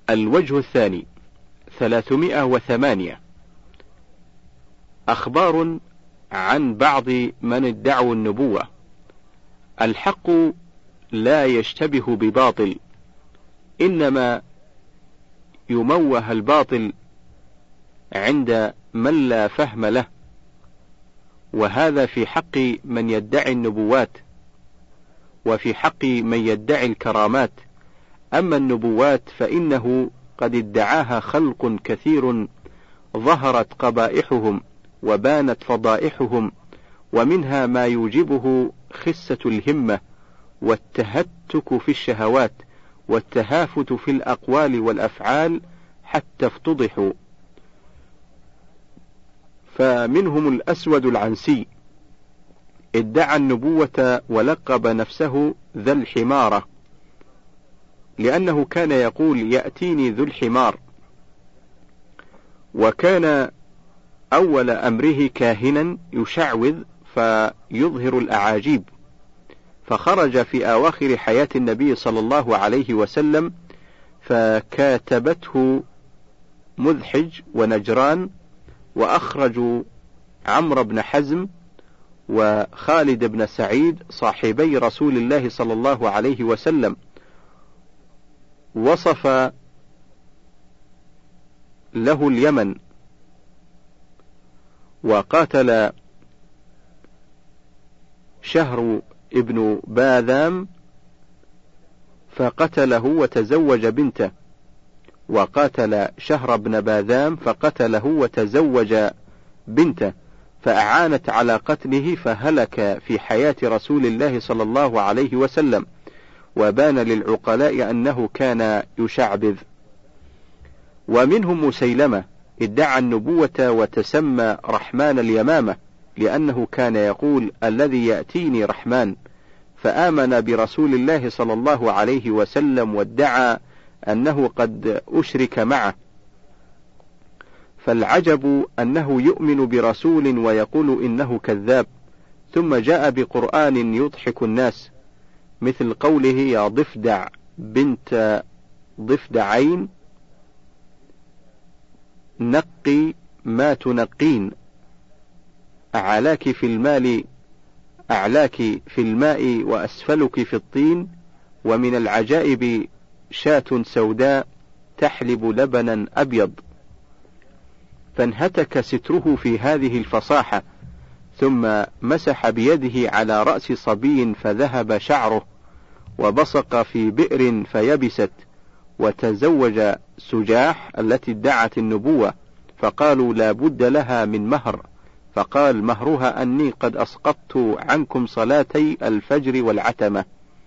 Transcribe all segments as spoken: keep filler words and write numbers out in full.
الوجه الثاني ثلاثمائة وثمانية. أخبار عن بعض من ادعوا النبوة. الحق لا يشتبه بباطل، إنما يموه الباطل عند من لا فهم له، وهذا في حق من يدعي النبوات وفي حق من يدعي الكرامات. أما النبوات فإنه قد ادعاها خلق كثير ظهرت قبائحهم وبانت فضائحهم، ومنها ما يوجبه خسة الهمة والتهتك في الشهوات والتهافت في الأقوال والأفعال حتى افتضحوا. فمنهم الأسود العنسي ادعى النبوة ولقب نفسه ذا الحمارة، لأنه كان يقول يأتيني ذو الحمار، وكان أول أمره كاهنا يشعوذ فيظهر الأعاجيب، فخرج في أواخر حياة النبي صلى الله عليه وسلم فكاتبته مذحج ونجران، وأخرجوا عمرو بن حزم وخالد بن سعيد صاحبي رسول الله صلى الله عليه وسلم. وصف له اليمن، وقاتل شهر ابن باذام فقتله وتزوج بنته، وقاتل شهر بن باذام فقتله وتزوج بنته، فأعانت على قتله فهلك في حياة رسول الله صلى الله عليه وسلم، وبان للعقلاء أنه كان يشعبذ. ومنهم مسيلمة ادعى النبوة وتسمى رحمن اليمامة، لأنه كان يقول الذي يأتيني رحمن، فآمن برسول الله صلى الله عليه وسلم وادعى أنه قد أشرك معه. فالعجب أنه يؤمن برسول ويقول إنه كذاب، ثم جاء بقرآن يضحك الناس، مثل قوله يا ضفدع بنت ضفدعين نقي ما تنقين، أعلاك في المال أعلاك في الماء وأسفلك في الطين، ومن العجائب شاة سوداء تحلب لبنا أبيض. فانهتك ستره في هذه الفصاحة، ثم مسح بيده على رأس صبي فذهب شعره، وبصق في بئر فيبست، وتزوج سجاح التي ادعت النبوة، فقالوا لا بد لها من مهر، فقال مهرها أني قد أسقطت عنكم صلاتي الفجر والعتمة.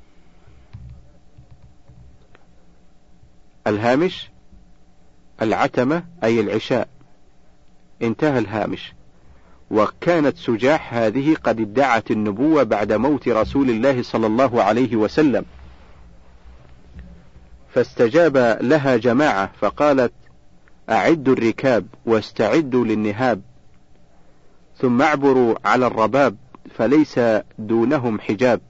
الهامش: العتمة أي العشاء. انتهى الهامش. وكانت سجاح هذه قد ادعت النبوة بعد موت رسول الله صلى الله عليه وسلم، فاستجاب لها جماعة فقالت أعدوا الركاب واستعدوا للنهاب، ثم اعبروا على الرباب فليس دونهم حجاب.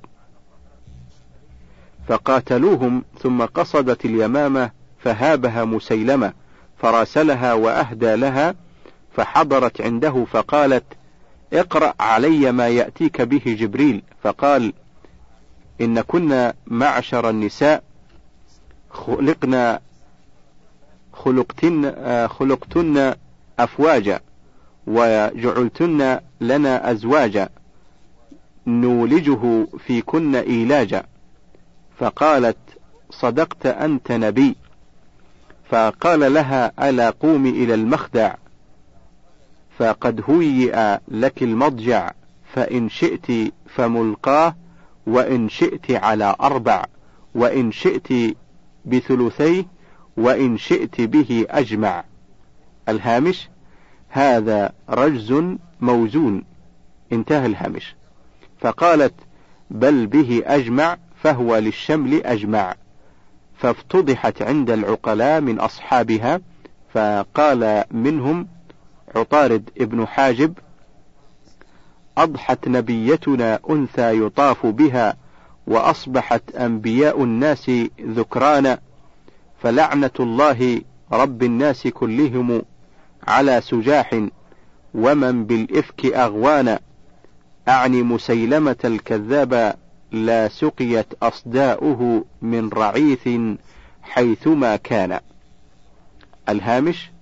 فقاتلوهم، ثم قصدت اليمامة فهابها مسيلمة فراسلها وأهدى لها، فحضرت عنده فقالت اقرأ علي ما يأتيك به جبريل، فقال إن كنا معشر النساء خلقنا خلقتن, خلقتن أفواجا وجعلتن لنا أزواجا نولجه في كن إيلاجا. فقالت صدقت أنت نبي. فقال لها ألا قومي إلى المخدع فقد هيئ لك المضجع، فإن شئت فملقاه، وإن شئت على أربع، وإن شئت بثلثيه، وإن شئت به أجمع. الهامش: هذا رجز موزون. انتهى الهامش. فقالت بل به أجمع، فهو للشمل أجمع. فافتضحت عند العقلاء من أصحابها، فقال منهم عطارد ابن حاجب أضحت نبيتنا أنثى يطاف بها، وأصبحت أنبياء الناس ذكرانا، فلعنة الله رب الناس كلهم على سجاح ومن بالإفك أغوانا، أعني مسيلمة الكذاب لا سقيت أصداؤه من رعيث حيثما كان. الهامش: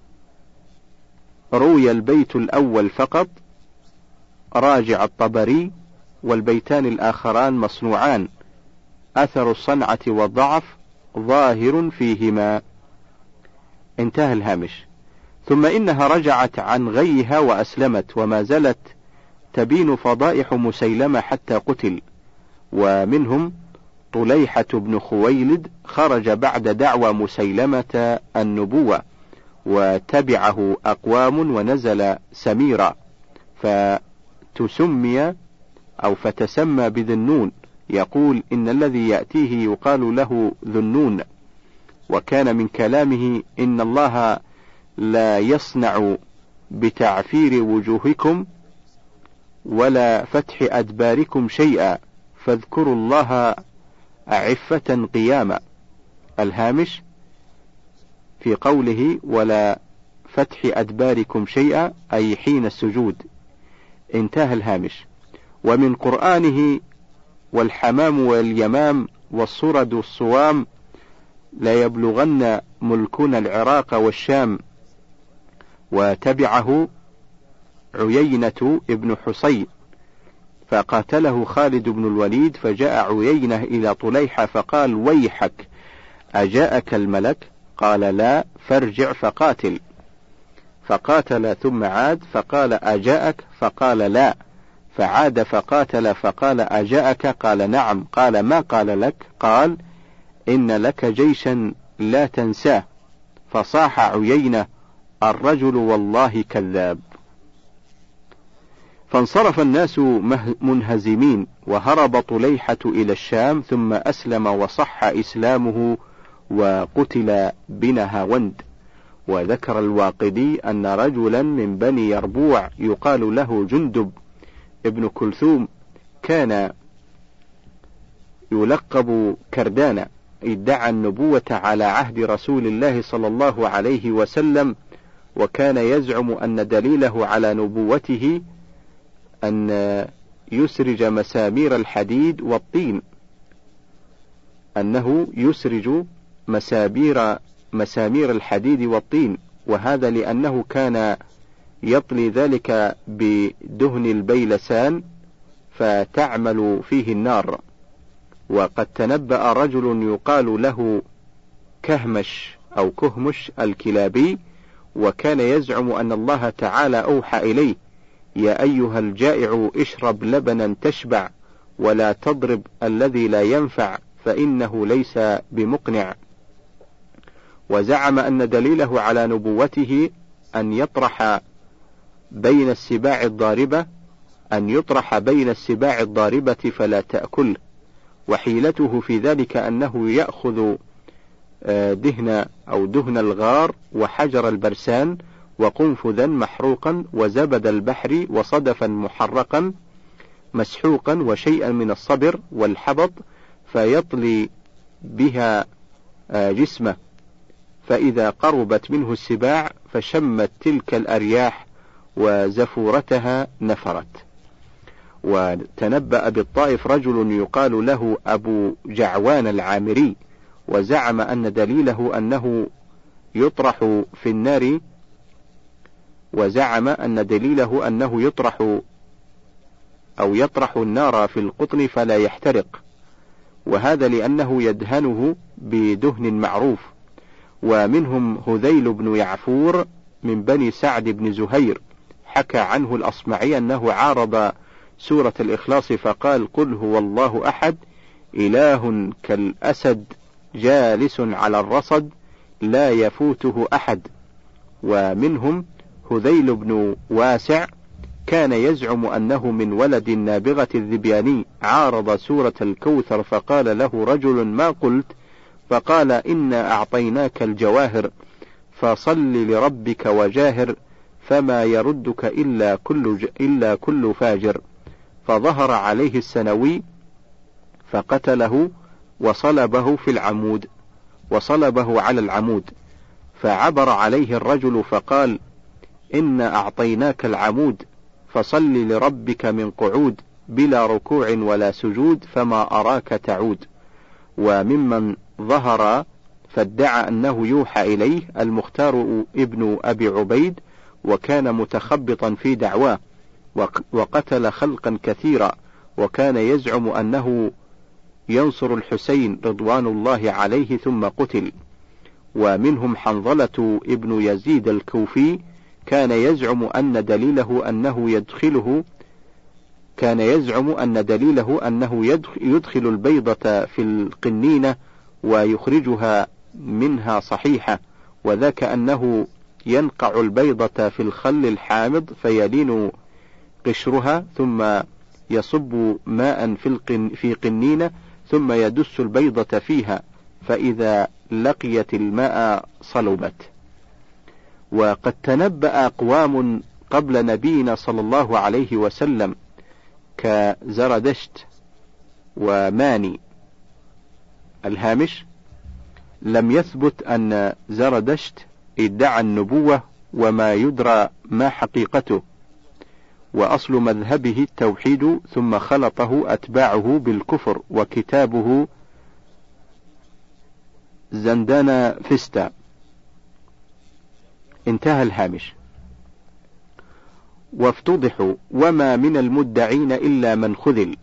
روي البيت الأول فقط، راجع الطبري، والبيتان الآخران مصنوعان، أثر الصنعة والضعف ظاهر فيهما. انتهى الهامش. ثم إنها رجعت عن غيها وأسلمت، وما زالت تبين فضائح مسيلمة حتى قتل. ومنهم طليحة بن خويلد خرج بعد دعوى مسيلمة النبوة، وتبعه أقوام ونزل سميرا فتسمي أو فتسمى بذنون، يقول إن الذي يأتيه يقال له ذنون. وكان من كلامه: إن الله لا يصنع بتعفير وجوهكم ولا فتح أدباركم شيئا، فاذكروا الله عفة قياما. الهامش: في قوله ولا فتح أدباركم شيئا أي حين السجود. انتهى الهامش. ومن قرآنه: والحمام واليمام والصرد الصوام لا يبلغن ملكنا العراق والشام. وتبعه عيينة ابن حصين فقاتله خالد بن الوليد، فجاء عيينة إلى طليحة فقال: ويحك، أجاءك الملك؟ قال: لا، فارجع فقاتل. فقاتل ثم عاد فقال: أجاءك؟ فقال: لا، فعاد فقاتل فقال: أجاءك؟ قال: نعم. قال: ما قال لك؟ قال: إن لك جيشا لا تنساه. فصاح عيينة: الرجل والله كذاب. فانصرف الناس منهزمين، وهرب طليحة إلى الشام، ثم أسلم وصح إسلامه وقتل بنهاوند. وذكر الواقدي أن رجلا من بني يربوع يقال له جندب ابن كلثوم كان يلقب كردانا، ادعى النبوة على عهد رسول الله صلى الله عليه وسلم، وكان يزعم أن دليله على نبوته أن يسرج مسامير الحديد والطين، أنه يسرج مسامير مسامير الحديد والطين، وهذا لأنه كان يطلي ذلك بدهن البيلسان فتعمل فيه النار. وقد تنبأ رجل يقال له كهمش أو كهمش الكلابي، وكان يزعم أن الله تعالى أوحى إليه: يا أيها الجائع اشرب لبنا تشبع، ولا تضرب الذي لا ينفع فإنه ليس بمقنع. وزعم أن دليله على نبوته أن يطرح بين السباع الضاربة أن يطرح بين السباع الضاربة فلا تأكله، وحيلته في ذلك أنه يأخذ دهن أو دهن الغار وحجر البرسان وقنفذا محروقا وزبد البحر وصدفا محرقا مسحوقا وشيئا من الصبر والحبط، فيطلي بها جسمه، فإذا قربت منه السباع فشمت تلك الأرياح وزفورتها نفرت. وتنبأ بالطائف رجل يقال له أبو جعوان العامري، وزعم أن دليله أنه يطرح في النار وزعم أن دليله أنه يطرح أو يطرح النار في القطن فلا يحترق، وهذا لأنه يدهنه بدهن معروف. ومنهم هذيل بن يعفور من بني سعد بن زهير، حكى عنه الأصمعي أنه عارض سورة الإخلاص فقال: قل هو الله أحد إله كالأسد جالس على الرصد لا يفوته أحد. ومنهم هذيل بن واسع كان يزعم أنه من ولد النابغة الذبياني، عارض سورة الكوثر فقال له رجل: ما قلت؟ فقال: إنا أعطيناك الجواهر فصل لربك وجاهر، فما يردك إلا كل, ج... إلا كل فاجر. فظهر عليه السنوي فقتله وصلبه في العمود. وصلبه على العمود، فعبر عليه الرجل فقال: إن أعطيناك العمود فصل لربك من قعود بلا ركوع ولا سجود فما أراك تعود. وممن ظهر فادعى أنه يوحى إليه المختار ابن أبي عبيد، وكان متخبطا في دعواه، وقتل خلقا كثيرا، وكان يزعم أنه ينصر الحسين رضوان الله عليه ثم قتل. ومنهم حنظلة ابن يزيد الكوفي، كان يزعم أن دليله أنه يدخله كان يزعم أن دليله أنه يدخل البيضة في القنينة ويخرجها منها صحيحة، وذاك أنه ينقع البيضة في الخل الحامض فيلين قشرها ثم يصب ماء في قنينة ثم يدس البيضة فيها، فإذا لقيت الماء صلبت. وقد تنبأ أقوام قبل نبينا صلى الله عليه وسلم كزردشت وماني. الهامش: لم يثبت أن زردشت ادعى النبوة وما يدرى ما حقيقته، وأصل مذهبه التوحيد ثم خلطه أتباعه بالكفر، وكتابه زندان فيستا. انتهى الهامش. وافتضحوا وما من المدعين إلا من خذل.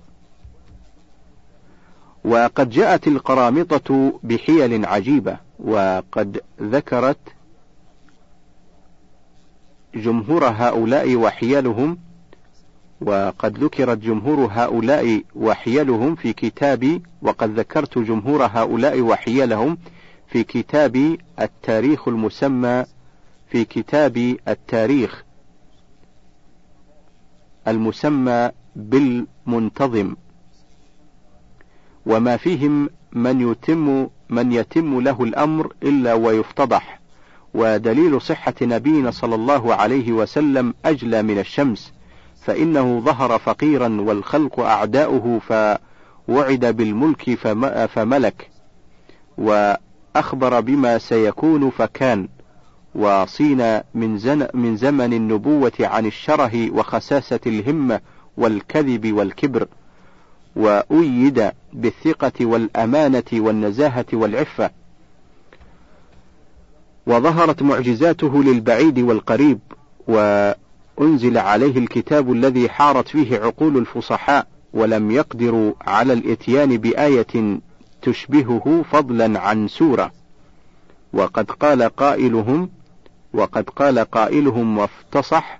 وقد جاءت القرامطة بحيل عجيبة، وقد ذكرت جمهور هؤلاء وحيلهم وقد ذكرت جمهور هؤلاء وحيلهم في كتاب وقد ذكرت جمهور هؤلاء وحيلهم في كتاب التاريخ المسمى في كتاب التاريخ المسمى بالمنتظم، وما فيهم من يتم من يتم له الأمر إلا ويفتضح. ودليل صحة نبينا صلى الله عليه وسلم أجلى من الشمس، فإنه ظهر فقيرا والخلق أعداؤه فوعد بالملك فملك، وأخبر بما سيكون فكان، وصين من, زن من زمن النبوة عن الشره وخساسة الهمة والكذب والكبر، وأيد بالثقة والأمانة والنزاهة والعفة، وظهرت معجزاته للبعيد والقريب، وأنزل عليه الكتاب الذي حارت فيه عقول الفصحاء ولم يقدروا على الإتيان بآية تشبهه فضلا عن سورة. وقد قال قائلهم وقد قال قائلهم وافتصح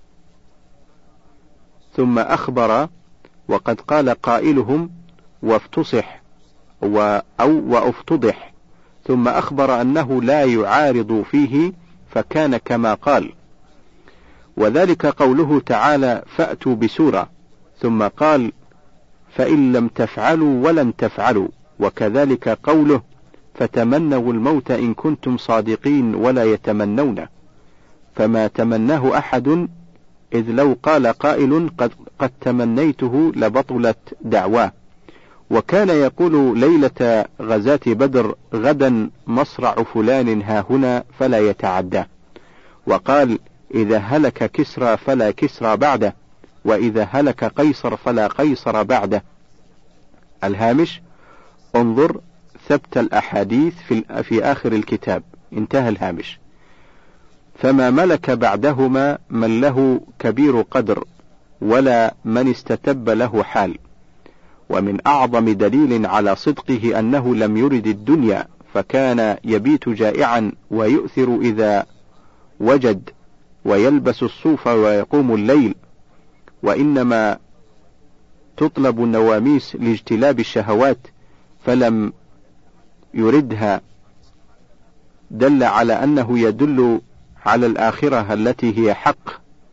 ثم أخبر وقد قال قائلهم وافتصح و أو وافتضح ثم أخبر أنه لا يعارض فيه فكان كما قال. وذلك قوله تعالى: فأتوا بسورة، ثم قال: فإن لم تفعلوا ولن تفعلوا. وكذلك قوله: فتمنوا الموت إن كنتم صادقين ولا يتمنونه، فما تمناه أحد، إذ لو قال قائل قد, قد تمنيته لبطلت دعواه. وكان يقول ليلة غزاة بدر: غدا مصرع فلان هاهنا فلا يتعدى. وقال: إذا هلك كسرى فلا كسرى بعده، وإذا هلك قيصر فلا قيصر بعده. الهامش: انظر ثبت الأحاديث في, في آخر الكتاب. انتهى الهامش. فما ملك بعدهما من له كبير قدر ولا من استتب له حال. ومن أعظم دليل على صدقه أنه لم يرد الدنيا، فكان يبيت جائعا ويؤثر إذا وجد، ويلبس الصوف ويقوم الليل، وإنما تطلب النواميس لاجتلاب الشهوات فلم يردها، دل على أنه يدل على الآخرة التي هي حق.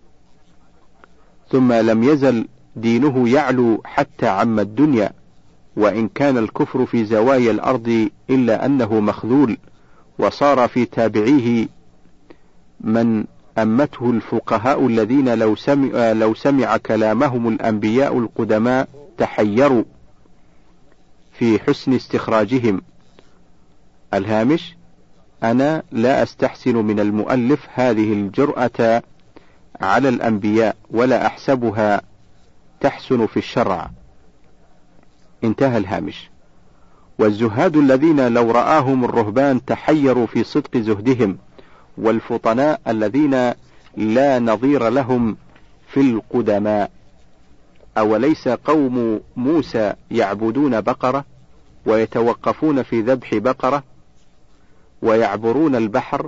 ثم لم يزل دينه يعلو حتى عم الدنيا، وإن كان الكفر في زوايا الأرض إلا أنه مخذول، وصار في تابعيه من أمته الفقهاء الذين لو سمع, لو سمع كلامهم الأنبياء القدماء تحيروا في حسن استخراجهم، الهامش: أنا لا أستحسن من المؤلف هذه الجرأة على الأنبياء ولا أحسبها تحسن في الشرع. انتهى الهامش. والزهاد الذين لو رآهم الرهبان تحيروا في صدق زهدهم، والفطناء الذين لا نظير لهم في القدماء. أوليس قوم موسى يعبدون بقرة ويتوقفون في ذبح بقرة ويعبرون البحر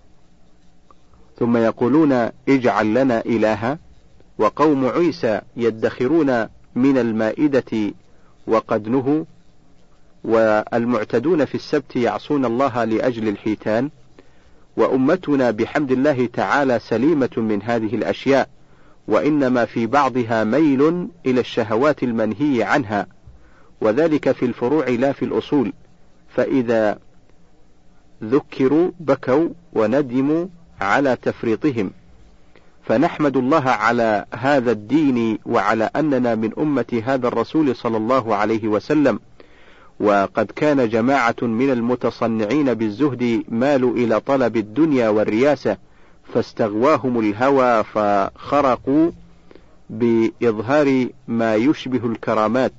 ثم يقولون اجعل لنا إلها، وقوم عيسى يدخرون من المائدة وقد نهوا، والمعتدون في السبت يعصون الله لأجل الحيتان، وأمتنا بحمد الله تعالى سليمة من هذه الأشياء، وإنما في بعضها ميل إلى الشهوات المنهي عنها، وذلك في الفروع لا في الأصول، فإذا ذكروا بكوا وندموا على تفريطهم. فنحمد الله على هذا الدين وعلى أننا من أمة هذا الرسول صلى الله عليه وسلم. وقد كان جماعة من المتصنعين بالزهد مالوا إلى طلب الدنيا والرياسة، فاستغواهم الهوى فخرقوا بإظهار ما يشبه الكرامات.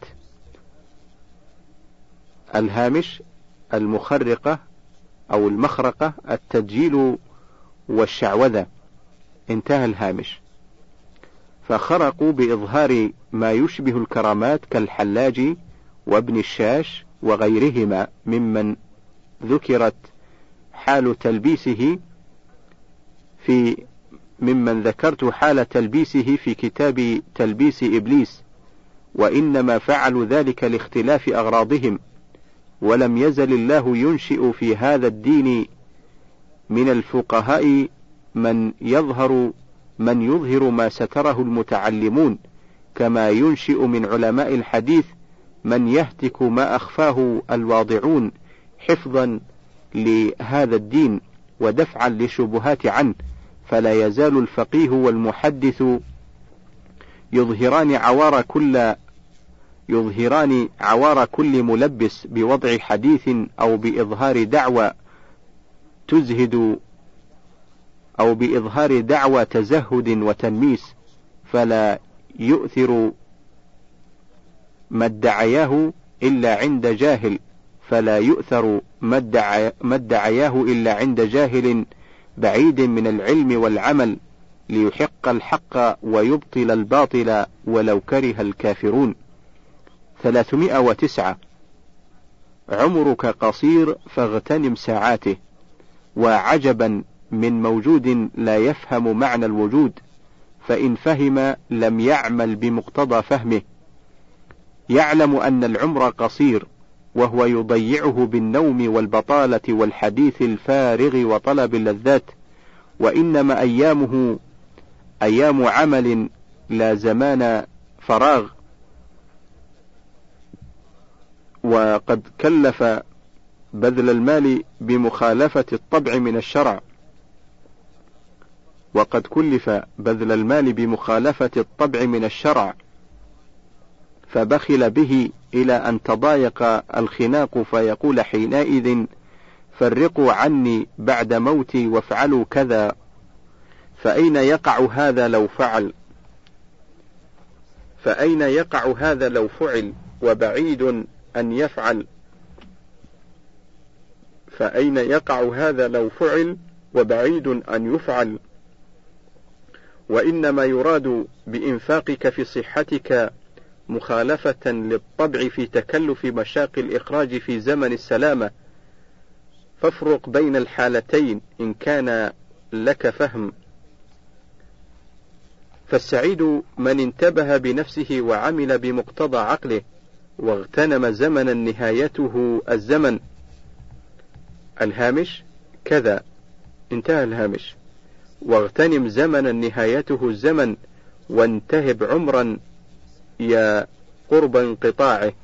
الهامش: المخرقة أو المخرقة التدجيل والشعوذة. انتهى الهامش. فخرقوا بإظهار ما يشبه الكرامات كالحلاج وابن الشاش وغيرهما ممن ذكرت حال تلبيسه في ممن ذكرت حال تلبيسه في كتاب تلبيس إبليس، وإنما فعلوا ذلك لاختلاف أغراضهم، ولم يزل الله ينشئ في هذا الدين من الفقهاء من يظهر من يظهر ما ستره المتعلمون، كما ينشئ من علماء الحديث من يهتك ما أخفاه الواضعون حفظا لهذا الدين ودفعا للشبهات عنه. فلا يزال الفقيه والمحدث يظهران عوار كل يظهران عوار كل ملبس بوضع حديث أو بإظهار دعوى تزهد أو بإظهار دعوى تزهد وتنميس، فلا يؤثر ما ادعياه إلا عند جاهل فلا يؤثر ما ادعياه إلا عند جاهل بعيد من العلم والعمل، ليحق الحق ويبطل الباطل ولو كره الكافرون. ثلاثمائة وتسعة. عمرك قصير فاغتنم ساعاته، وعجبا من موجود لا يفهم معنى الوجود، فإن فهم لم يعمل بمقتضى فهمه. يعلم أن العمر قصير وهو يضيعه بالنوم والبطالة والحديث الفارغ وطلب اللذات، وإنما أيامه أيام عمل لا زمان فراغ. وقد كلف بذل المال بمخالفة الطبع من الشرع وقد كلف بذل المال بمخالفة الطبع من الشرع فبخل به إلى أن تضايق الخناق، فيقول حينئذ فرقوا عني بعد موتي وافعلوا كذا، فأين يقع هذا لو فعل فأين يقع هذا لو فعل وبعيد أن يفعل فأين يقع هذا لو فعل وبعيد أن يفعل. وإنما يراد بإنفاقك في صحتك مخالفة للطبع في تكلف مشاق الإخراج في زمن السلامة، فافرق بين الحالتين إن كان لك فهم. فالسعيد من انتبه بنفسه وعمل بمقتضى عقله، واغتنم زمنا نهايته الزمن. الهامش: كذا. انتهى الهامش. واغتنم زمنا نهايته الزمن، وانتهب عمرا يا قرب انقطاعه.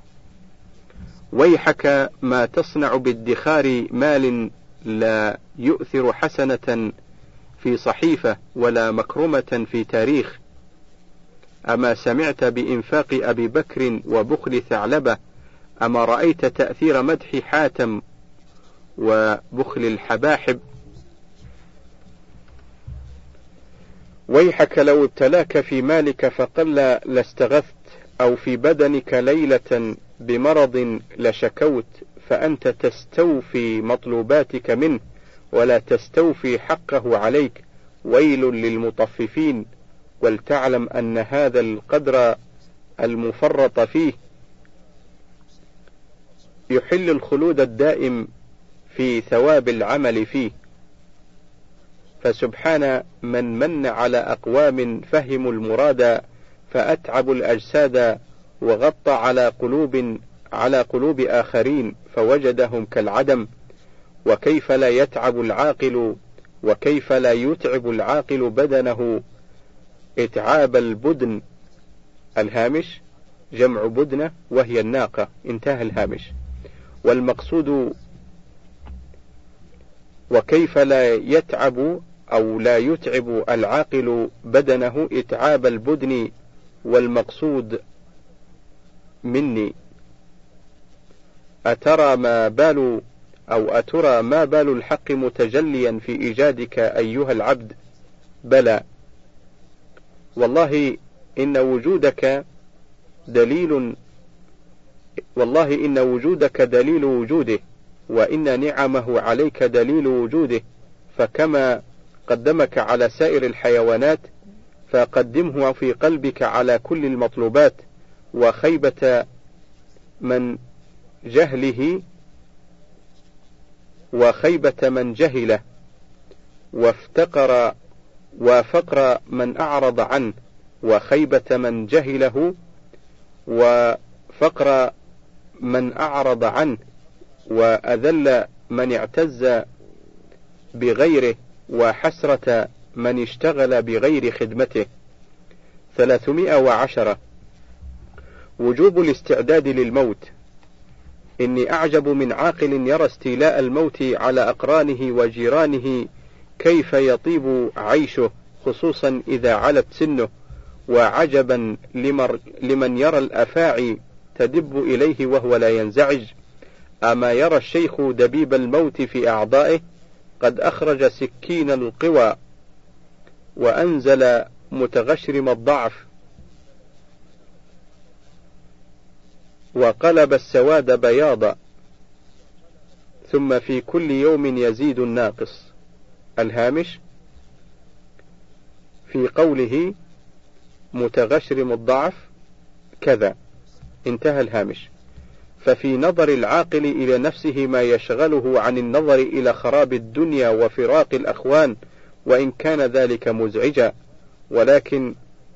ويحك ما تصنع بادخار مال لا يؤثر حسنة في صحيفة ولا مكرمة في تاريخ. أما سمعت بإنفاق أبي بكر وبخل ثعلبة؟ أما رأيت تأثير مدح حاتم وبخل الحباحب. ويحك لو ابتلاك في مالك فقل لاستغثت، أو في بدنك ليلة بمرض لشكوت، فأنت تستوفي مطلوباتك منه ولا تستوفي حقه عليك. ويل للمطففين. ولتعلم أن هذا القدر المفرط فيه يحل الخلود الدائم في ثواب العمل فيه. فسبحان من من على أقوام فهموا المراد فأتعبوا الأجساد، وغطى على قلوب على قلوب آخرين فوجدهم كالعدم. وكيف لا يتعب العاقل وكيف لا يتعب العاقل بدنه اتعاب البدن. الهامش جمع بدنة وهي الناقة. انتهى الهامش. والمقصود وكيف لا يتعب أو لا يتعب العاقل بدنه اتعاب البدن. والمقصود مني أترى ما بال أو أترى ما بال الحق متجليا في إيجادك أيها العبد؟ بلى والله إن وجودك دليل والله إن وجودك دليل وجوده، وإن نعمه عليك دليل وجوده. فكما قدمك على سائر الحيوانات فقدمه في قلبك على كل المطلوبات. وخيبة من جهله وخيبة من جهله وافتقر وفقر من أعرض عنه، وخيبة من جهله وفقر من أعرض عنه، وأذل من اعتز بغيره، وحسرة من اشتغل بغير خدمته. ثلاثمائة وعشرة. وجوب الاستعداد للموت. إني أعجب من عاقل يرى استيلاء الموت على أقرانه وجيرانه كيف يطيب عيشه، خصوصا إذا علت سنه. وعجبا لمن يرى الأفاعي تدب إليه وهو لا ينزعج. أما يرى الشيخ دبيب الموت في أعضائه قد أخرج سكين القوى وأنزل متغشرم الضعف وقلب السواد بياضا، ثم في كل يوم يزيد الناقص. الهامش في قوله متغشرم الضعف كذا. انتهى الهامش. ففي نظر العاقل إلى نفسه ما يشغله عن النظر إلى خراب الدنيا وفراق الأخوان، وإن كان ذلك مزعجا، ولكن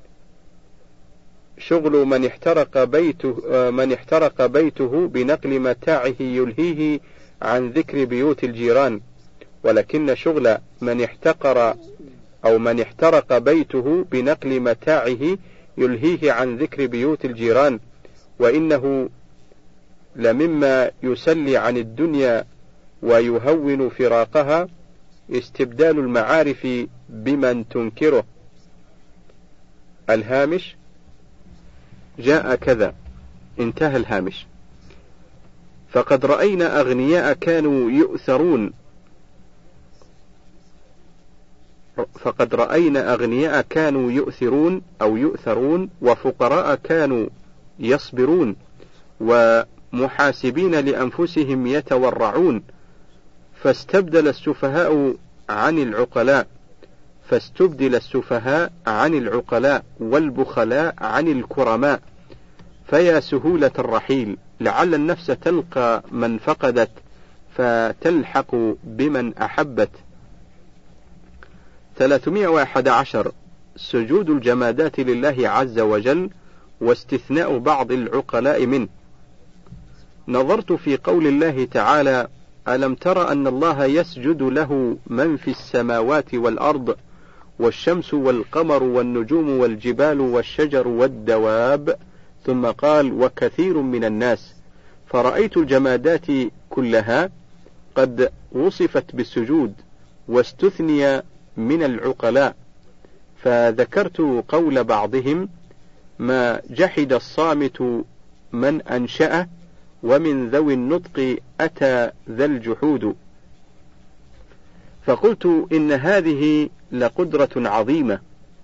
شغل من احترق بيته من احترق بيته بنقل متاعه يلهيه عن ذكر بيوت الجيران. ولكن شغل من احتقر أو من احترق بيته بنقل متاعه يلهيه عن ذكر بيوت الجيران، وإنه لمما يسلي عن الدنيا ويهون فراقها استبدال المعارف بمن تنكره. الهامش جاء كذا. انتهى الهامش. فقد رأينا أغنياء كانوا يؤثرون فقد رأينا أغنياء كانوا يؤثرون أو يؤثرون وفقراء كانوا يصبرون، ومحاسبين لأنفسهم يتورعون. فاستبدل السفهاء عن العقلاء فاستبدل السفهاء عن العقلاء والبخلاء عن الكرماء. فيا سهولة الرحيل، لعل النفس تلقى من فقدت فتلحق بمن أحبت. ثلاثمائة وأحد عشر. سجود الجمادات لله عز وجل واستثناء بعض العقلاء منه. نظرت في قول الله تعالى: ألم تر أن الله يسجد له من في السماوات والأرض والشمس والقمر والنجوم والجبال والشجر والدواب، ثم قال: وكثير من الناس. فرأيت الجمادات كلها قد وصفت بالسجود واستثني من العقلاء. فذكرت قول بعضهم: ما جحد الصامت من أنشأه، ومن ذوي النطق أتى ذا الجحود. فقلت إن هذه لقدرة عظيمة،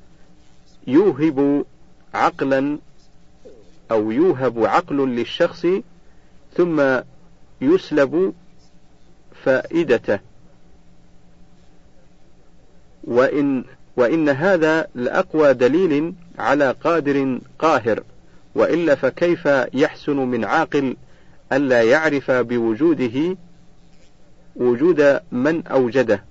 يوهب عقلا أو يوهب عقل للشخص ثم يسلب فائدته، وإن, وإن هذا لأقوى دليل على قادر قاهر، وإلا فكيف يحسن من عاقل ألا يعرف بوجوده وجود من أوجده،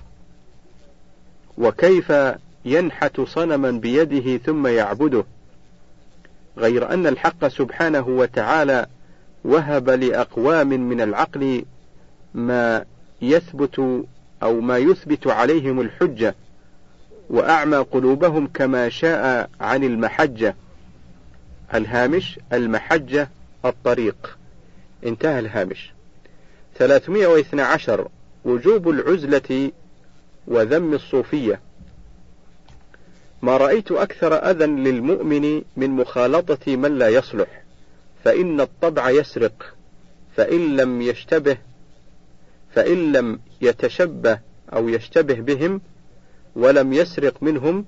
وكيف ينحت صنما بيده ثم يعبده، غير أن الحق سبحانه وتعالى وهب لأقوام من العقل ما يثبت أو ما يثبت عليهم الحجة، وأعمى قلوبهم كما شاء عن المحجة. الهامش: المحجة الطريق. انتهى الهامش. ثلاثمائة واثني عشر. وجوب العزلة وذم الصوفية. ما رأيت أكثر أذى للمؤمن من مخالطة من لا يصلح، فإن الطبع يسرق، فإن لم يشتبه فإن لم يتشبه أو يشتبه بهم ولم يسرق منهم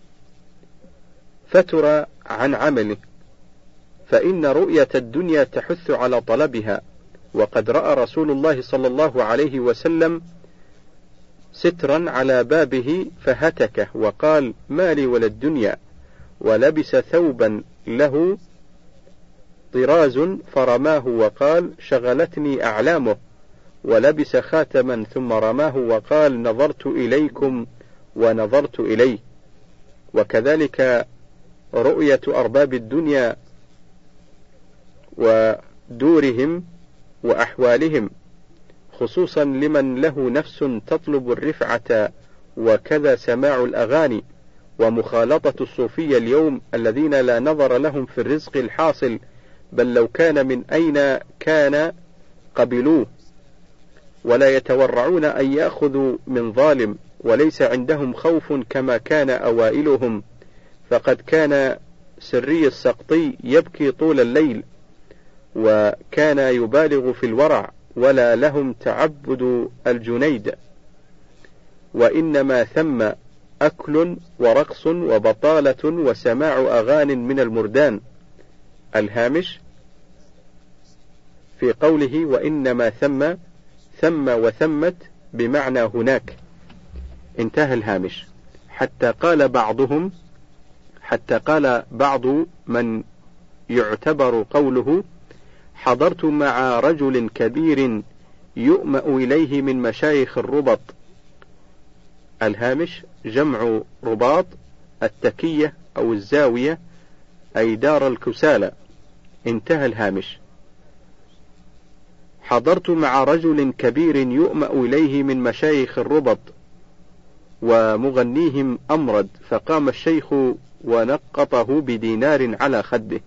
فتر عن عمله، فإن رؤية الدنيا تحث على طلبها. وقد رأى رسول الله صلى الله عليه وسلم سترا على بابه فهتكه وقال: ما لي ولا الدنيا، ولبس ثوبا له طراز فرماه وقال: شغلتني أعلامه، ولبس خاتما ثم رماه وقال: نظرت إليكم ونظرت إليه. وكذلك رؤية أرباب الدنيا ودورهم وأحوالهم، خصوصا لمن له نفس تطلب الرفعة، وكذا سماع الأغاني ومخالطة الصوفية اليوم الذين لا نظر لهم في الرزق الحاصل، بل لو كان من أين كان قبلوه، ولا يتورعون أن يأخذوا من ظالم، وليس عندهم خوف كما كان أوائلهم. فقد كان سري السقطي يبكي طول الليل، وكان يبالغ في الورع، ولا لهم تعبد الجنيد، وإنما ثم أكل ورقص وبطالة وسماع أغان من المردان. الهامش: في قوله وإنما ثم، ثم وثمت بمعنى هناك. انتهى الهامش. حتى قال بعضهم حتى قال بعض من يعتبر قوله: حضرت مع رجل كبير يؤمأ إليه من مشايخ الربط. الهامش: جمع رباط التكية أو الزاوية، أي دار الكسالى. انتهى الهامش. حضرت مع رجل كبير يؤمأ إليه من مشايخ الربط ومغنيهم أمرد، فقام الشيخ ونقطه بدينار على خده.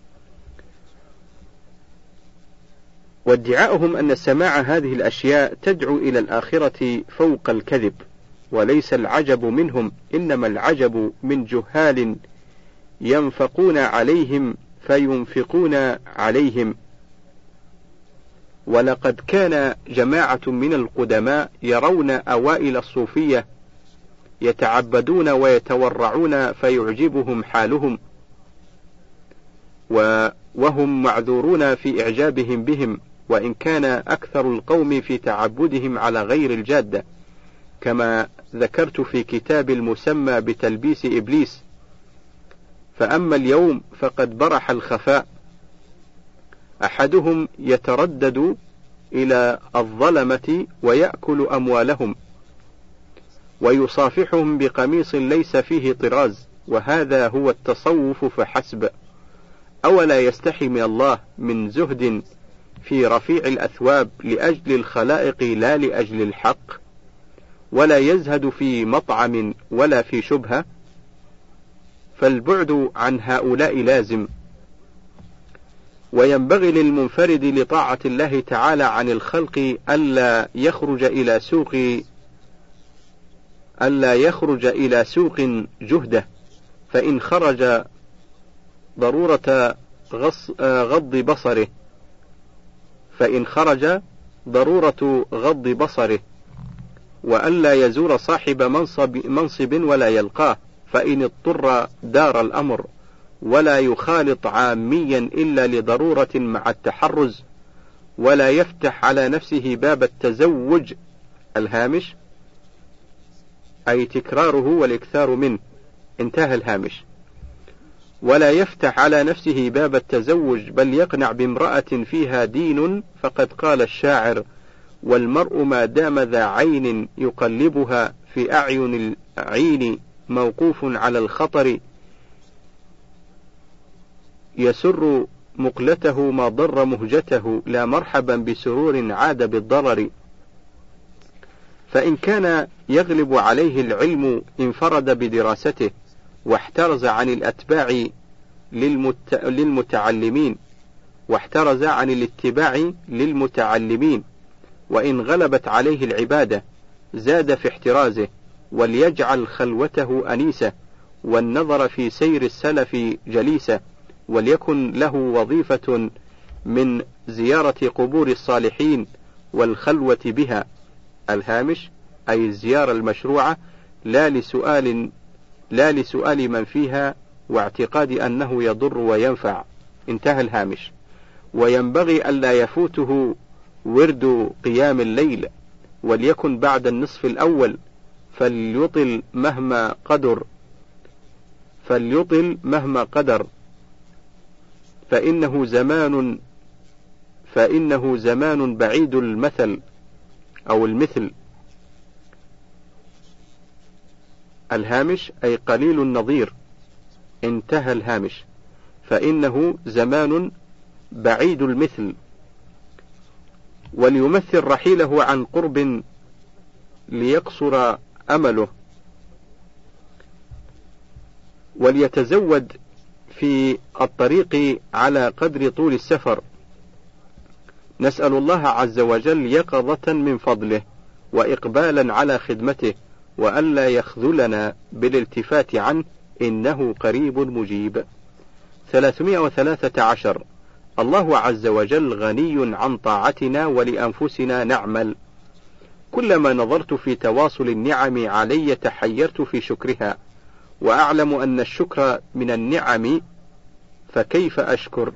وادعاؤهم أن سماع هذه الأشياء تدعو إلى الآخرة فوق الكذب، وليس العجب منهم، إنما العجب من جهال ينفقون عليهم فينفقون عليهم. ولقد كان جماعة من القدماء يرون أوائل الصوفية يتعبدون ويتورعون فيعجبهم حالهم، وهم معذورون في إعجابهم بهم، وإن كان أكثر القوم في تعبدهم على غير الجادة، كما ذكرت في كتاب المسمى بتلبيس إبليس. فأما اليوم فقد برح الخفاء، أحدهم يتردد إلى الظلمة ويأكل أموالهم، ويصافحهم بقميص ليس فيه طراز، وهذا هو التصوف فحسب. أولا يستحي من الله من زهد في رفيع الأثواب لأجل الخلائق لا لأجل الحق، ولا يزهد في مطعم ولا في شبهة، فالبعد عن هؤلاء لازم. وينبغي للمنفرد لطاعة الله تعالى عن الخلق ألا يخرج إلى سوق ألا يخرج إلى سوق جهده، فإن خرج ضرورة غض بصره فإن خرج ضرورة غض بصره وألا يزور صاحب منصب, منصب ولا يلقاه، فإن اضطر دار الأمر، ولا يخالط عاميا إلا لضرورة مع التحرز، ولا يفتح على نفسه باب التزوج. الهامش أي تكراره والإكثار منه. انتهى الهامش. ولا يفتح على نفسه باب التزوج، بل يقنع بامرأة فيها دين، فقد قال الشاعر: والمرء ما دام ذا عين يقلبها في أعين العين موقوف على الخطر، يسر مقلته ما ضر مهجته، لا مرحبا بسرور عاد بالضرر. فإن كان يغلب عليه العلم انفرد بدراسته، واحترز عن الأتباع للمت... للمتعلمين واحترز عن الاتباع للمتعلمين. وإن غلبت عليه العبادة زاد في احترازه، وليجعل خلوته أنيسة، والنظر في سير السلف جليسة، وليكن له وظيفة من زيارة قبور الصالحين والخلوة بها. الهامش أي الزيارة المشروعة، لا لسؤال لا لسؤال من فيها واعتقاد أنه يضر وينفع. انتهى الهامش. وينبغي ألا يفوته ورد قيام الليل، وليكن بعد النصف الأول، فليطل مهما قدر فليطل مهما قدر فإنه زمان فإنه زمان بعيد المثل أو المثل. الهامش أي قليل النظير. انتهى الهامش. فإنه زمان بعيد المثل. وليمثل رحيله عن قرب ليقصر أمله، وليتزود في الطريق على قدر طول السفر. نسأل الله عز وجل يقظة من فضله وإقبالا على خدمته، وألا يخذلنا بالالتفات عنه، إنه قريب مجيب. ثلاثمائة وثلاثة عشر. الله عز وجل غني عن طاعتنا، ولأنفسنا نعمل. كلما نظرت في تواصل النعم علي تحيرت في شكرها، وأعلم أن الشكر من النعم، فكيف أشكر؟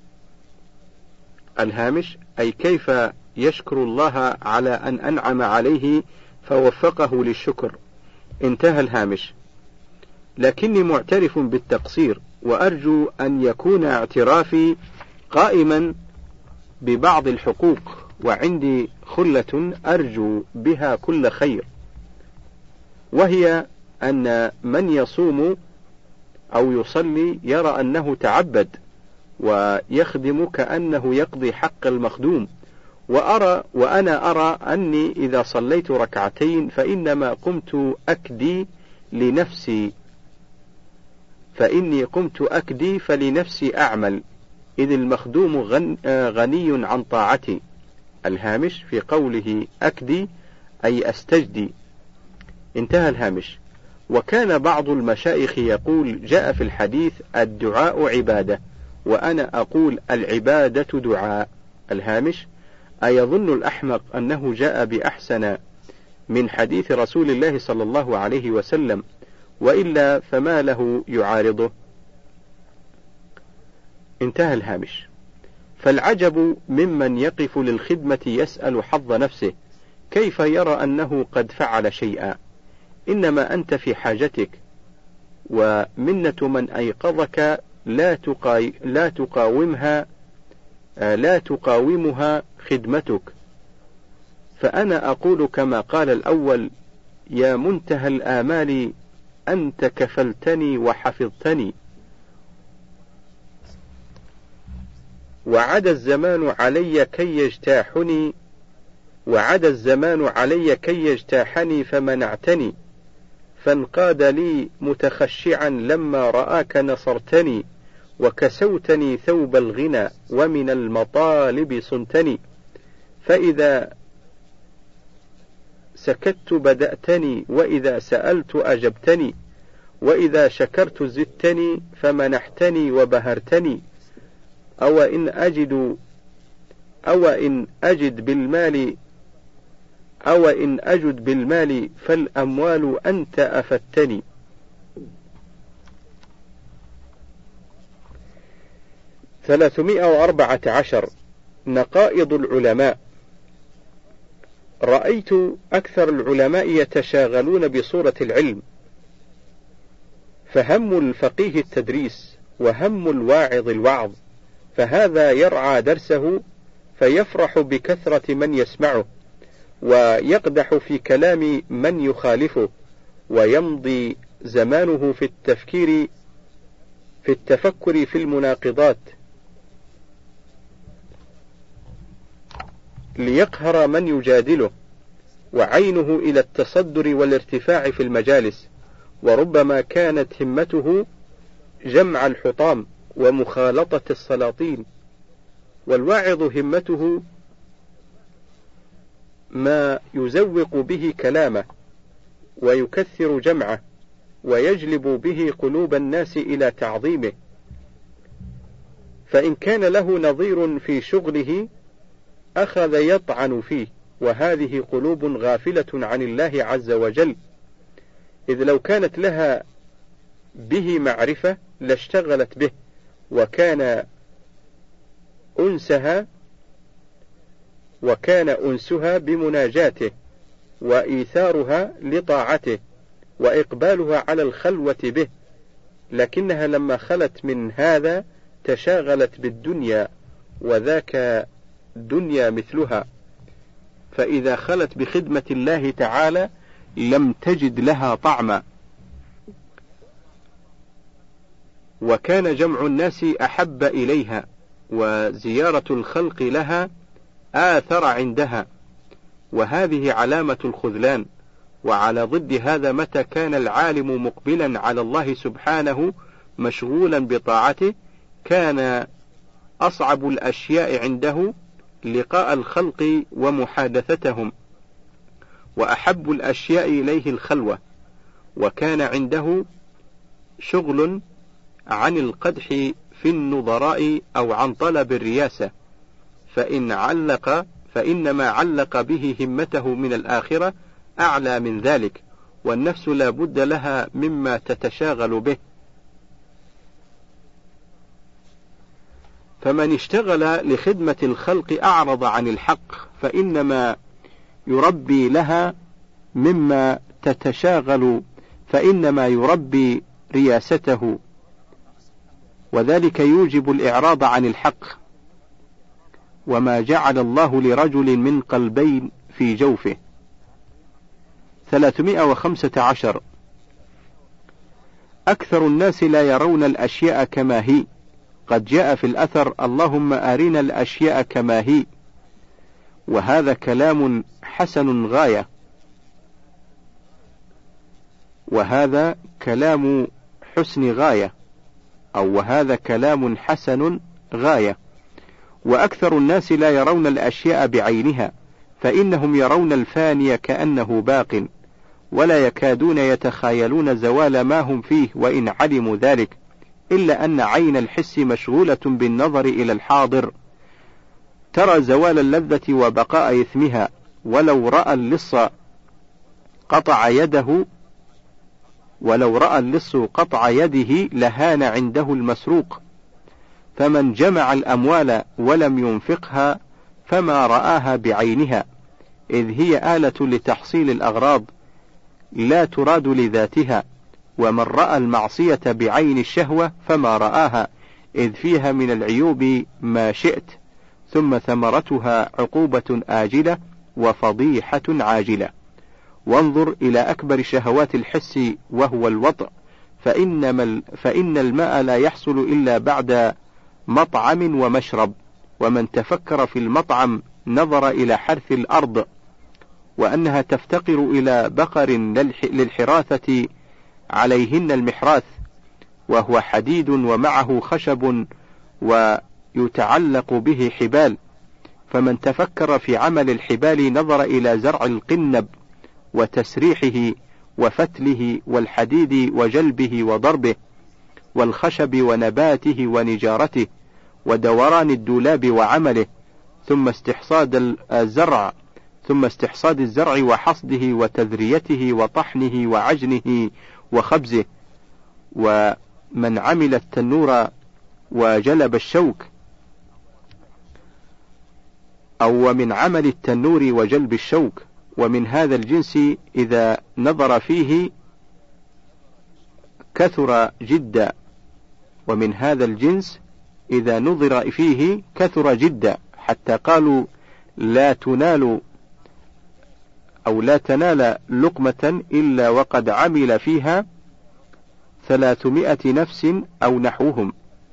الهامش أي كيف يشكر الله على أن أنعم عليه فوفقه للشكر. انتهى الهامش. لكني معترف بالتقصير، وأرجو أن يكون اعترافي قائما ببعض الحقوق، وعندي خلة أرجو بها كل خير، وهي أن من يصوم أو يصلي يرى أنه تعبد ويخدم كأنه يقضي حق المخدوم، وأرى وأنا أرى أني إذا صليت ركعتين فإنما قمت أكدي لنفسي فإني قمت أكدي فلنفسي أعمل، إذ المخدوم غن غني عن طاعتي. الهامش في قوله أكدي أي أستجدي. انتهى الهامش. وكان بعض المشايخ يقول: جاء في الحديث الدعاء عبادة، وأنا أقول العبادة دعاء. الهامش أيظن الأحمق أنه جاء بأحسن من حديث رسول الله صلى الله عليه وسلم، وإلا فما له يعارضه. انتهى الهامش. فالعجب ممن يقف للخدمة يسأل حظ نفسه، كيف يرى أنه قد فعل شيئا؟ إنما أنت في حاجتك، ومنة من أيقظك لا تقاي لا تقاومها لا تقاومها خدمتك. فأنا أقول كما قال الأول: يا منتهى الآمال أنت كفلتني وحفظتني، وعدا الزمان علي كي يجتاحني وعدا الزمان علي كي يجتاحني فمنعتني، فانقاد لي متخشعا لما رآك نصرتني، وكسوتني ثوب الغنى ومن المطالب صنتني، فإذا سكت بدأتني، وإذا سألت أجبتني، وإذا شكرت زدتني، فمنحتني وبهرتني. أو إن أجد أو إن أجد بالمال أو إن أجد بالمال فالأموال أنت أفتني. ثلاثمائة وأربعة عشر. نقائض العلماء. رأيت أكثر العلماء يتشاغلون بصورة العلم، فهم الفقيه التدريس، وهم الواعظ الوعظ، فهذا يرعى درسه فيفرح بكثرة من يسمعه، ويقدح في كلام من يخالفه، ويمضي زمانه في التفكير في التفكر في المناقضات ليقهر من يجادله، وعينه إلى التصدر والارتفاع في المجالس، وربما كانت همته جمع الحطام ومخالطة السلاطين. والواعظ همته ما يزوق به كلامه ويكثر جمعه ويجلب به قلوب الناس إلى تعظيمه، فإن كان له نظير في شغله أخذ يطعن فيه، وهذه قلوب غافلة عن الله عز وجل، إذ لو كانت لها به معرفة لاشتغلت به، وكان أنسها وكان أنسها بمناجاته، وإيثارها لطاعته، وإقبالها على الخلوة به، لكنها لما خلت من هذا تشاغلت بالدنيا، وذاك دنيا مثلها، فإذا خلت بخدمة الله تعالى لم تجد لها طعما. وكان جمع الناس أحب إليها، وزيارة الخلق لها آثر عندها، وهذه علامة الخذلان. وعلى ضد هذا، متى كان العالم مقبلا على الله سبحانه مشغولا بطاعته، كان أصعب الأشياء عنده لقاء الخلق ومحادثتهم، وأحب الأشياء إليه الخلوة، وكان عنده شغل عن القدح في النظراء أو عن طلب الرياسة، فإن علق فإنما علق به همته من الآخرة أعلى من ذلك، والنفس لا بد لها مما تتشاغل به. فمن اشتغل لخدمة الخلق أعرض عن الحق، فإنما يربي لها مما تتشاغل فإنما يربي رياسته، وذلك يوجب الإعراض عن الحق. وما جعل الله لرجل من قلبين في جوفه. ثلاثمائة وخمسة عشر. أكثر الناس لا يرون الأشياء كما هي. قد جاء في الأثر: اللهم أرنا الأشياء كما هي، وهذا كلام حسن غاية، وهذا كلام حسن غاية، أو وهذا كلام حسن غاية. وأكثر الناس لا يرون الأشياء بعينها، فإنهم يرون الفاني كأنه باق، ولا يكادون يتخايلون زوال ما هم فيه وإن علموا ذلك، إلا أن عين الحس مشغولة بالنظر إلى الحاضر، ترى زوال اللذة وبقاء إثمها. ولو رأى اللص قطع يده ولو رأى اللص قطع يده لهان عنده المسروق. فمن جمع الأموال ولم ينفقها فما رآها بعينها، إذ هي آلة لتحصيل الأغراض لا تراد لذاتها. ومن رأى المعصية بعين الشهوة فما رآها، إذ فيها من العيوب ما شئت، ثم ثمرتها عقوبة آجلة وفضيحة عاجلة. وانظر إلى أكبر شهوات الحس وهو الوطء، فإنما فإن الماء لا يحصل إلا بعد مطعم ومشرب. ومن تفكر في المطعم نظر إلى حرث الأرض، وأنها تفتقر إلى بقر للحراثة عليهن المحراث، وهو حديد ومعه خشب ويتعلق به حبال. فمن تفكر في عمل الحبال نظر إلى زرع القنب وتسريحه وفتله، والحديد وجلبه وضربه، والخشب ونباته ونجارته، ودوران الدولاب وعمله، ثم استحصاد الزرع، ثم استحصاد الزرع وحصده وتذريته وطحنه وعجنه وخبزه. ومن عمل التنور وجلب الشوك، أو ومن عمل التنور وجلب الشوك، ومن هذا الجنس إذا نظر فيه كثر جدا، ومن هذا الجنس إذا نظر فيه كثر جدا، حتى قالوا لا تنال أو لا تنال لقمة إلا وقد عمل فيها ثلاثمائة نفس أو نحوهم.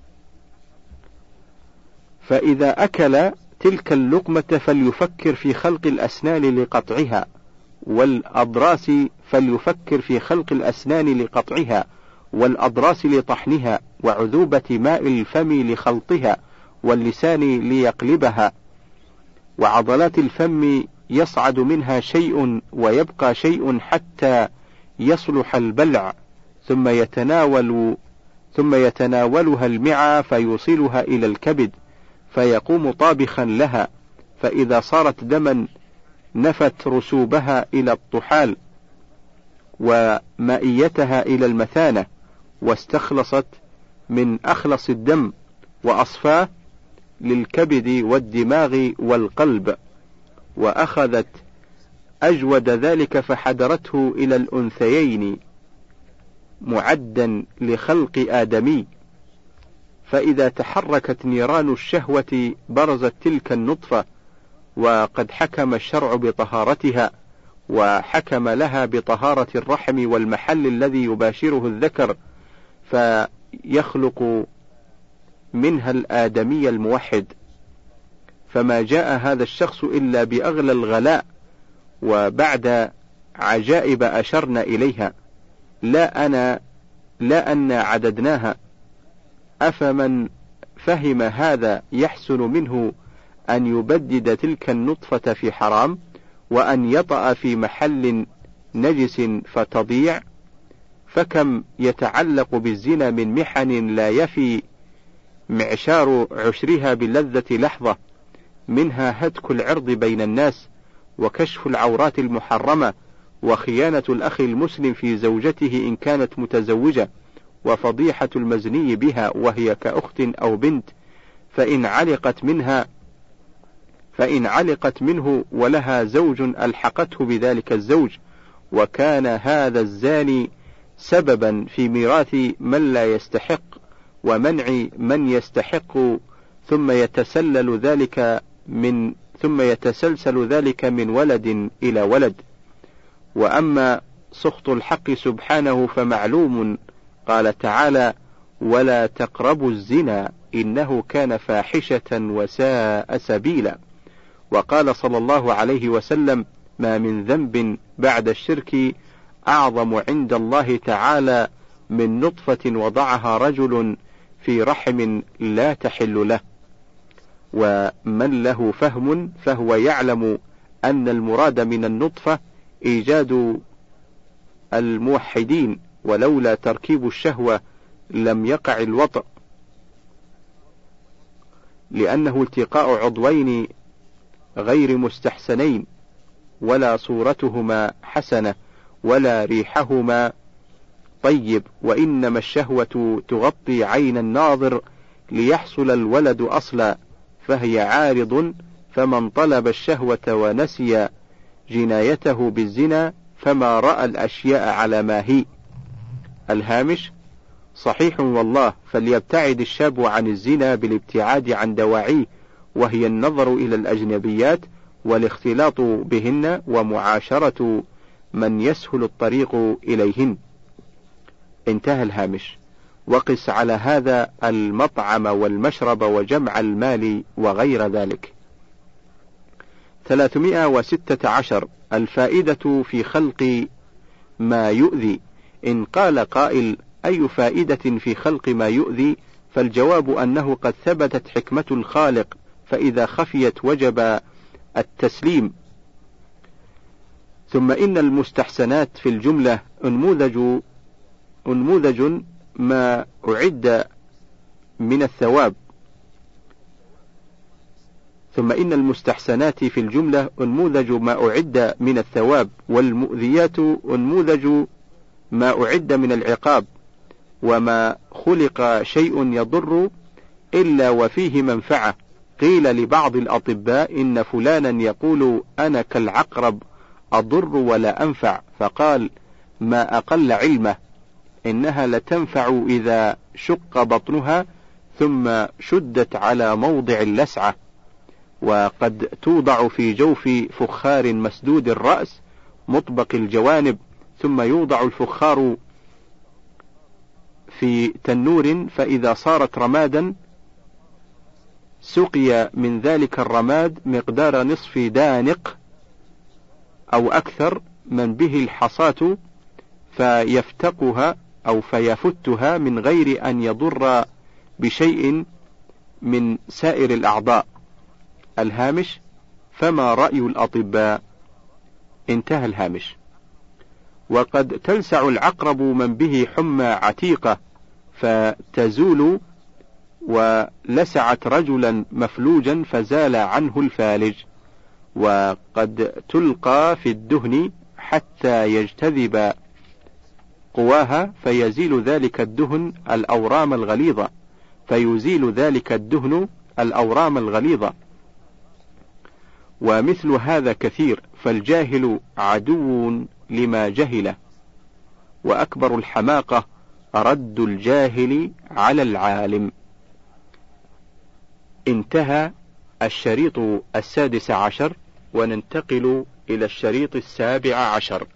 فإذا أكل تلك اللقمة فليفكر في خلق الأسنان لقطعها، والأضراس فليفكر في خلق الأسنان لقطعها، والأضراس لطحنها، وعذوبة ماء الفم لخلطها، واللسان ليقلبها، وعضلات الفم يصعد منها شيء ويبقى شيء حتى يصلح البلع، ثم يتناول ثم يتناولها المعى فيوصلها إلى الكبد، فيقوم طابخا لها، فإذا صارت دما نفت رسوبها إلى الطحال ومائيتها إلى المثانة، واستخلصت من أخلص الدم وأصفاه للكبد والدماغ والقلب، وأخذت أجود ذلك فحدرته إلى الأنثيين معدا لخلق آدمي. فإذا تحركت نيران الشهوة برزت تلك النطفة، وقد حكم الشرع بطهارتها، وحكم لها بطهارة الرحم والمحل الذي يباشره الذكر، فيخلق منها الآدمي الموحد. فما جاء هذا الشخص إلا بأغلى الغلاء، وبعد عجائب أشرنا إليها، لا أنا لا أن عددناها. أفمن فهم هذا يحسن منه أن يبدد تلك النطفة في حرام، وأن يطأ في محل نجس فتضيع؟ فكم يتعلق بالزنا من محن لا يفي معشار عشرها باللذة لحظة، منها هتك العرض بين الناس، وكشف العورات المحرمة، وخيانة الأخ المسلم في زوجته إن كانت متزوجة، وفضيحة المزني بها وهي كأخت أو بنت، فإن علقت منها فإن علقت منه ولها زوج ألحقته بذلك الزوج، وكان هذا الزاني سببا في ميراث من لا يستحق ومنع من يستحق، ثم يتسلل ذلك من ثم يتسلسل ذلك من ولد إلى ولد. وأما سخط الحق سبحانه فمعلوم، قال تعالى: ولا تقربوا الزنا إنه كان فاحشة وساء سبيلا. وقال صلى الله عليه وسلم: ما من ذنب بعد الشرك أعظم عند الله تعالى من نطفة وضعها رجل في رحم لا تحل له. ومن له فهم فهو يعلم أن المراد من النطفة إيجاد الموحدين، ولولا تركيب الشهوة لم يقع الوطأ، لأنه التقاء عضوين غير مستحسنين، ولا صورتهما حسنة ولا ريحهما طيب، وإنما الشهوة تغطي عين الناظر ليحصل الولد أصلا، فهي عارض، فمن طلب الشهوة ونسي جنايته بالزنا فما رأى الأشياء على ما هي. الهامش: صحيح والله، فليبتعد الشاب عن الزنا بالابتعاد عن دواعيه، وهي النظر إلى الأجنبيات والاختلاط بهن ومعاشرة من يسهل الطريق إليهن. انتهى الهامش. وقس على هذا المطعم والمشرب وجمع المال وغير ذلك. ثلاثمائة وستة عشر. الفائدة في خلق ما يؤذي. إن قال قائل: أي فائدة في خلق ما يؤذي؟ فالجواب أنه قد ثبتت حكمة الخالق، فإذا خفيت وجب التسليم. ثم إن المستحسنات في الجملة أنموذج أنموذج ما أعد من الثواب. ثم إن المستحسنات في الجملة أنموذج ما أعد من الثواب، والمؤذيات أنموذج ما أعد من العقاب، وما خلق شيء يضر إلا وفيه منفعة. قيل لبعض الأطباء إن فلانا يقول أنا كالعقرب أضر ولا أنفع، فقال ما أقل علمه، إنها لتنفع إذا شق بطنها ثم شدت على موضع اللسعة، وقد توضع في جوف فخار مسدود الرأس مطبق الجوانب، ثم يوضع الفخار في تنور، فإذا صارت رمادا سقي من ذلك الرماد مقدار نصف دانق أو أكثر من به الحصاة، فيفتقها أو فيفتها من غير أن يضر بشيء من سائر الأعضاء. الهامش: فما رأي الأطباء؟ انتهى الهامش. وقد تلسع العقرب من به حمى عتيقة فتزول، ولسعت رجلا مفلوجا فزال عنه الفالج. وقد تلقى في الدهن حتى يجتذب قواها فيزيل ذلك الدهن الأورام الغليظة فيزيل ذلك الدهن الأورام الغليظة ومثل هذا كثير، فالجاهل عدو لما جهله، وأكبر الحماقة رد الجاهل على العالم. انتهى الشريط السادس عشر، وننتقل إلى الشريط السابع عشر.